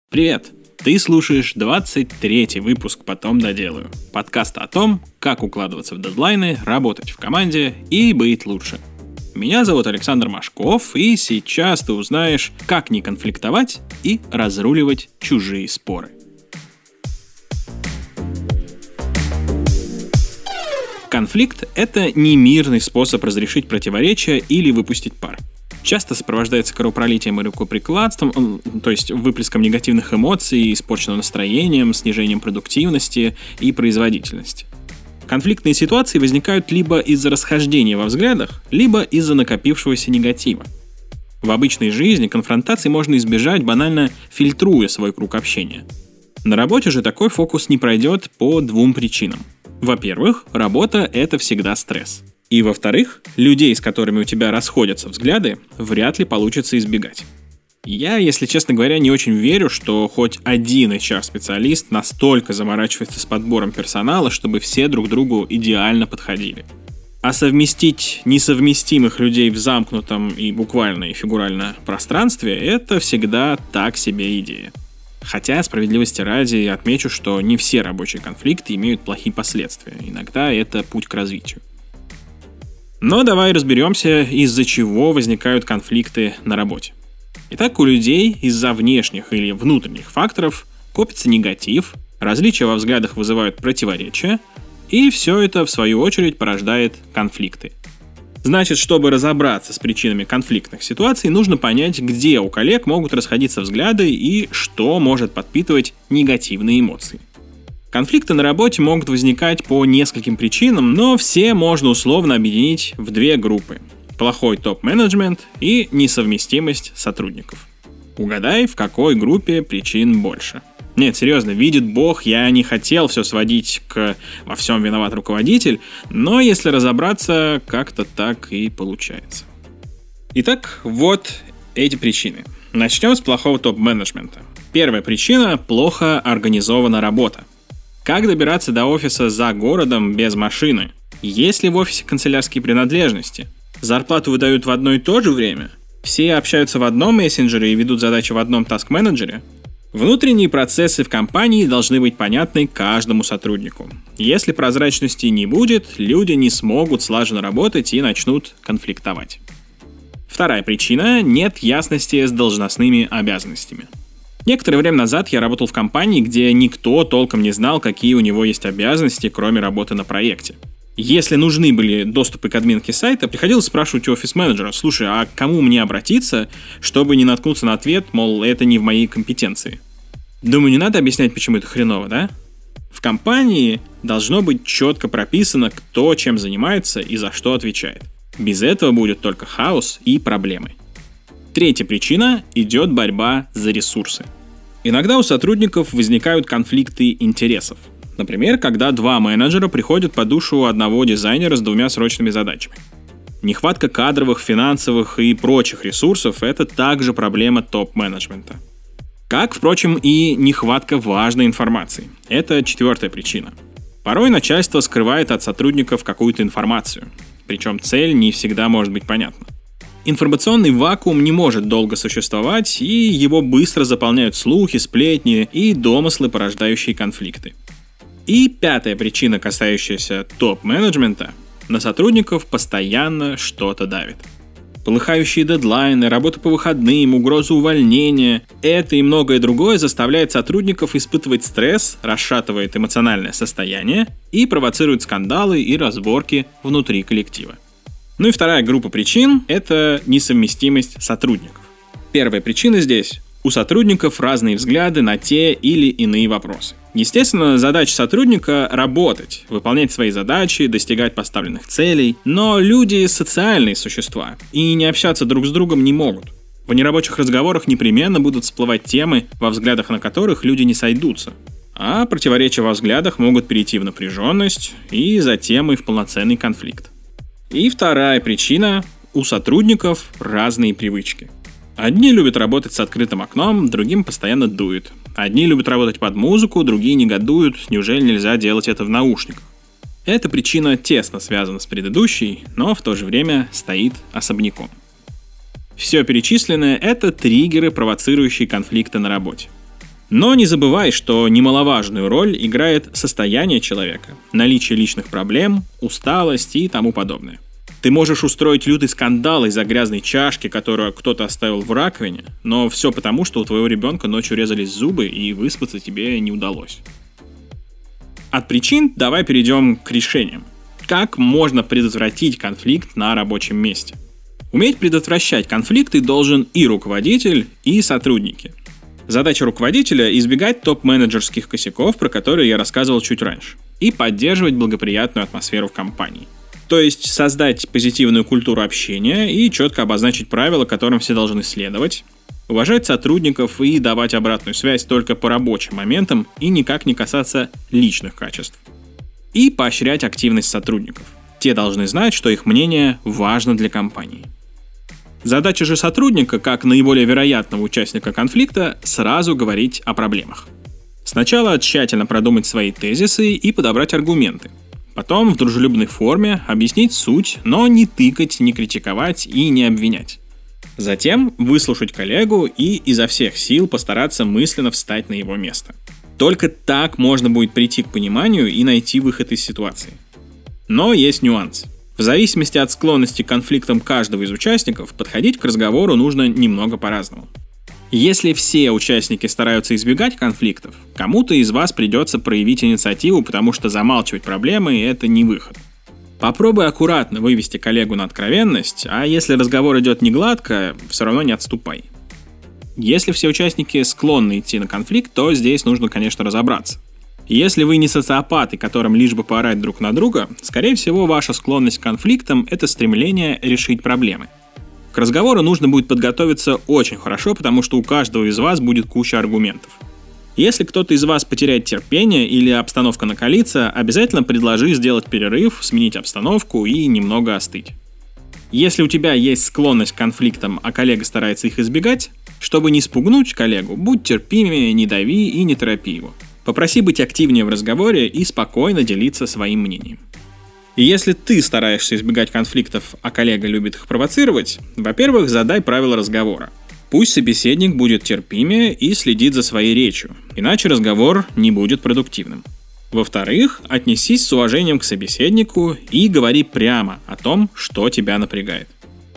Привет! Ты слушаешь 23-й выпуск «Потом доделаю». Подкаста о том, как укладываться в дедлайны, работать в команде и быть лучше. Меня зовут Александр Машков, и сейчас ты узнаешь, как не конфликтовать и разруливать чужие споры. Конфликт – это не мирный способ разрешить противоречия или выпустить пар. Часто сопровождается кровопролитием и рукоприкладством, то есть выплеском негативных эмоций, испорченным настроением, снижением продуктивности и производительности. Конфликтные ситуации возникают либо из-за расхождения во взглядах, либо из-за накопившегося негатива. В обычной жизни конфронтаций можно избежать, банально фильтруя свой круг общения. На работе же такой фокус не пройдет по двум причинам. Во-первых, работа – это всегда стресс. И во-вторых, людей, с которыми у тебя расходятся взгляды, вряд ли получится избегать. Я, если честно говоря, не очень верю, что хоть один HR-специалист настолько заморачивается с подбором персонала, чтобы все друг другу идеально подходили. А совместить несовместимых людей в замкнутом и буквально и фигурально пространстве – это всегда так себе идея. Хотя, справедливости ради, отмечу, что не все рабочие конфликты имеют плохие последствия. Иногда это путь к развитию. Но давай разберемся, из-за чего возникают конфликты на работе. Итак, у людей из-за внешних или внутренних факторов копится негатив, различия во взглядах вызывают противоречия, и все это, в свою очередь, порождает конфликты. Значит, чтобы разобраться с причинами конфликтных ситуаций, нужно понять, где у коллег могут расходиться взгляды и что может подпитывать негативные эмоции. Конфликты на работе могут возникать по нескольким причинам, но все можно условно объединить в две группы – плохой топ-менеджмент и несовместимость сотрудников. Угадай, в какой группе причин больше. Нет, серьезно, видит Бог, я не хотел все сводить к «во всем виноват руководитель», но если разобраться, как-то так и получается. Итак, вот эти причины. Начнем с плохого топ-менеджмента. Первая причина – плохо организована работа. Как добираться до офиса за городом без машины? Есть ли в офисе канцелярские принадлежности? Зарплату выдают в одно и то же время? Все общаются в одном мессенджере и ведут задачи в одном таск-менеджере? Внутренние процессы в компании должны быть понятны каждому сотруднику. Если прозрачности не будет, люди не смогут слаженно работать и начнут конфликтовать. Вторая причина – нет ясности с должностными обязанностями. Некоторое время назад я работал в компании, где никто толком не знал, какие у него есть обязанности, кроме работы на проекте. Если нужны были доступы к админке сайта, приходилось спрашивать у офис-менеджера: слушай, а к кому мне обратиться, чтобы не наткнуться на ответ, мол, это не в моей компетенции. Думаю, не надо объяснять, почему это хреново, да? В компании должно быть четко прописано, кто чем занимается и за что отвечает. Без этого будет только хаос и проблемы. Третья причина – идет борьба за ресурсы. Иногда у сотрудников возникают конфликты интересов. Например, когда два менеджера приходят по душу одного дизайнера с двумя срочными задачами. Нехватка кадровых, финансовых и прочих ресурсов – это также проблема топ-менеджмента. Как, впрочем, и нехватка важной информации. Это четвертая причина. Порой начальство скрывает от сотрудников какую-то информацию. Причем цель не всегда может быть понятна. Информационный вакуум не может долго существовать, и его быстро заполняют слухи, сплетни и домыслы, порождающие конфликты. И пятая причина, касающаяся топ-менеджмента – на сотрудников постоянно что-то давит. Полыхающие дедлайны, работа по выходным, угроза увольнения – это и многое другое заставляет сотрудников испытывать стресс, расшатывает эмоциональное состояние и провоцирует скандалы и разборки внутри коллектива. Ну и вторая группа причин – это несовместимость сотрудников. Первая причина здесь – у сотрудников разные взгляды на те или иные вопросы. Естественно, задача сотрудника – работать, выполнять свои задачи, достигать поставленных целей, но люди – социальные существа, и не общаться друг с другом не могут. В нерабочих разговорах непременно будут всплывать темы, во взглядах на которых люди не сойдутся. А противоречия во взглядах могут перейти в напряженность и затем и в полноценный конфликт. И вторая причина – у сотрудников разные привычки. Одни любят работать с открытым окном, другим постоянно дует. Одни любят работать под музыку, другие негодуют, неужели нельзя делать это в наушниках? Эта причина тесно связана с предыдущей, но в то же время стоит особняком. Все перечисленное – это триггеры, провоцирующие конфликты на работе. Но не забывай, что немаловажную роль играет состояние человека, наличие личных проблем, усталость и тому подобное. Ты можешь устроить лютый скандал из-за грязной чашки, которую кто-то оставил в раковине, но все потому, что у твоего ребенка ночью резались зубы и выспаться тебе не удалось. От причин давай перейдем к решениям. Как можно предотвратить конфликт на рабочем месте? Уметь предотвращать конфликты должен и руководитель, и сотрудники. Задача руководителя – избегать топ-менеджерских косяков, про которые я рассказывал чуть раньше, и поддерживать благоприятную атмосферу в компании. То есть создать позитивную культуру общения и четко обозначить правила, которым все должны следовать, уважать сотрудников и давать обратную связь только по рабочим моментам и никак не касаться личных качеств. И поощрять активность сотрудников. Те должны знать, что их мнение важно для компании. Задача же сотрудника, как наиболее вероятного участника конфликта, сразу говорить о проблемах. Сначала тщательно продумать свои тезисы и подобрать аргументы. Потом в дружелюбной форме объяснить суть, но не тыкать, не критиковать и не обвинять. Затем выслушать коллегу и изо всех сил постараться мысленно встать на его место. Только так можно будет прийти к пониманию и найти выход из ситуации. Но есть нюанс. В зависимости от склонности к конфликтам каждого из участников, подходить к разговору нужно немного по-разному. Если все участники стараются избегать конфликтов, кому-то из вас придется проявить инициативу, потому что замалчивать проблемы – это не выход. Попробуй аккуратно вывести коллегу на откровенность, а если разговор идет не гладко, все равно не отступай. Если все участники склонны идти на конфликт, то здесь нужно, конечно, разобраться. Если вы не социопаты, которым лишь бы поорать друг на друга, скорее всего, ваша склонность к конфликтам – это стремление решить проблемы. К разговору нужно будет подготовиться очень хорошо, потому что у каждого из вас будет куча аргументов. Если кто-то из вас потеряет терпение или обстановка накалится, обязательно предложи сделать перерыв, сменить обстановку и немного остыть. Если у тебя есть склонность к конфликтам, а коллега старается их избегать, чтобы не спугнуть коллегу, будь терпимее, не дави и не торопи его. Попроси быть активнее в разговоре и спокойно делиться своим мнением. И если ты стараешься избегать конфликтов, а коллега любит их провоцировать, во-первых, задай правила разговора. Пусть собеседник будет терпимее и следит за своей речью, иначе разговор не будет продуктивным. Во-вторых, отнесись с уважением к собеседнику и говори прямо о том, что тебя напрягает.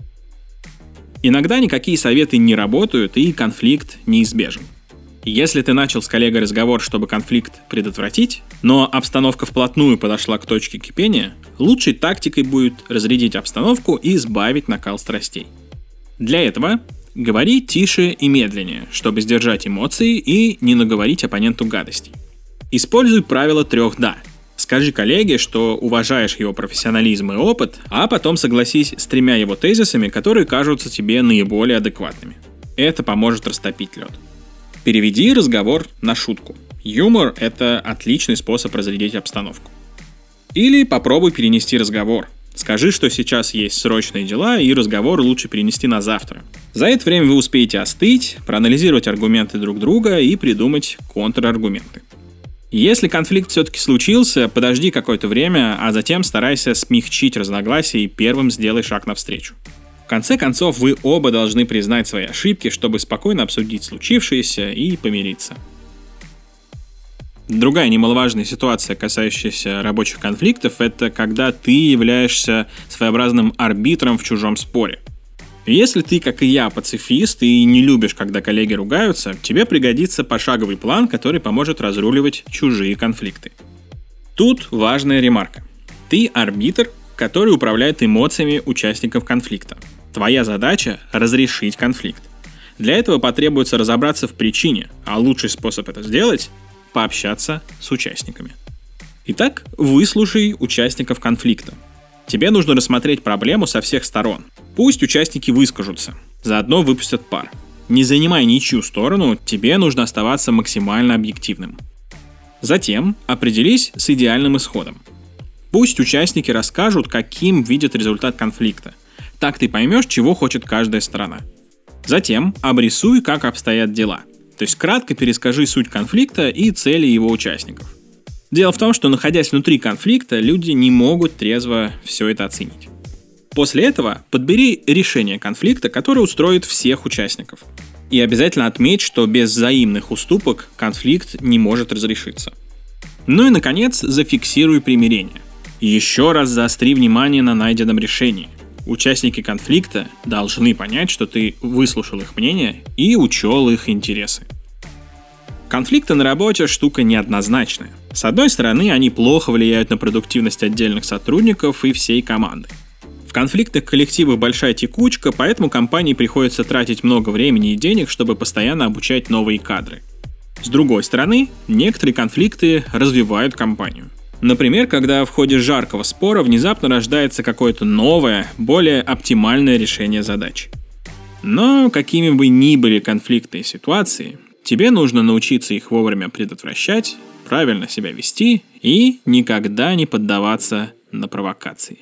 Иногда никакие советы не работают и конфликт неизбежен. Если ты начал с коллегой разговор, чтобы конфликт предотвратить, но обстановка вплотную подошла к точке кипения, лучшей тактикой будет разрядить обстановку и сбавить накал страстей. Для этого говори тише и медленнее, чтобы сдержать эмоции и не наговорить оппоненту гадостей. Используй правило 3 «да». Скажи коллеге, что уважаешь его профессионализм и опыт, а потом согласись с 3 его тезисами, которые кажутся тебе наиболее адекватными. Это поможет растопить лед. Переведи разговор на шутку. Юмор – это отличный способ разрядить обстановку. Или попробуй перенести разговор. Скажи, что сейчас есть срочные дела, и разговор лучше перенести на завтра. За это время вы успеете остыть, проанализировать аргументы друг друга и придумать контраргументы. Если конфликт все-таки случился, подожди какое-то время, а затем старайся смягчить разногласия и первым сделай шаг навстречу. В конце концов, вы оба должны признать свои ошибки, чтобы спокойно обсудить случившееся и помириться. Другая немаловажная ситуация, касающаяся рабочих конфликтов, это когда ты являешься своеобразным арбитром в чужом споре. Если ты, как и я, пацифист и не любишь, когда коллеги ругаются, тебе пригодится пошаговый план, который поможет разруливать чужие конфликты. Тут важная ремарка. Ты арбитр, который управляет эмоциями участников конфликта. Твоя задача – разрешить конфликт. Для этого потребуется разобраться в причине, а лучший способ это сделать – пообщаться с участниками. Итак, выслушай участников конфликта. Тебе нужно рассмотреть проблему со всех сторон. Пусть участники выскажутся, заодно выпустят пар. Не занимай ничью сторону, тебе нужно оставаться максимально объективным. Затем определись с идеальным исходом. Пусть участники расскажут, каким видят результат конфликта. Так ты поймешь, чего хочет каждая сторона. Затем обрисуй, как обстоят дела. То есть кратко перескажи суть конфликта и цели его участников. Дело в том, что находясь внутри конфликта, люди не могут трезво все это оценить. После этого подбери решение конфликта, которое устроит всех участников. И обязательно отметь, что без взаимных уступок конфликт не может разрешиться. Ну и, наконец, зафиксируй примирение. Еще раз заостри внимание на найденном решении. Участники конфликта должны понять, что ты выслушал их мнение и учел их интересы. Конфликты на работе – штука неоднозначная. С одной стороны, они плохо влияют на продуктивность отдельных сотрудников и всей команды. В конфликтных коллективах большая текучка, поэтому компании приходится тратить много времени и денег, чтобы постоянно обучать новые кадры. С другой стороны, некоторые конфликты развивают компанию. Например, когда в ходе жаркого спора внезапно рождается какое-то новое, более оптимальное решение задач. Но какими бы ни были конфликтные ситуации, тебе нужно научиться их вовремя предотвращать, правильно себя вести и никогда не поддаваться на провокации.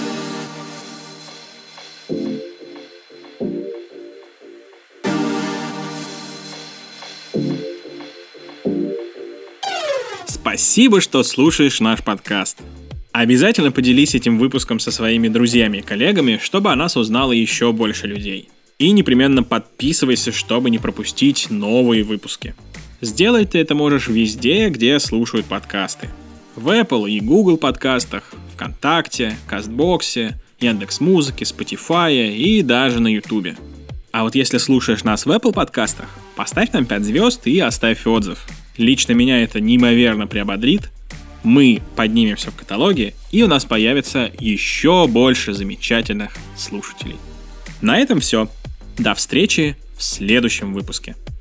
Спасибо, что слушаешь наш подкаст. Обязательно поделись этим выпуском со своими друзьями и коллегами, чтобы о нас узнало еще больше людей. И непременно подписывайся, чтобы не пропустить новые выпуски. Сделать ты это можешь везде, где слушают подкасты. В Apple и Google подкастах, ВКонтакте, Кастбоксе, Яндекс.Музыке, Spotify и даже на Ютубе. А вот если слушаешь нас в Apple подкастах, поставь нам 5 звезд и оставь отзыв. Лично меня это неимоверно приободрит. Мы поднимемся в каталоге, и у нас появится еще больше замечательных слушателей. На этом все. До встречи в следующем выпуске.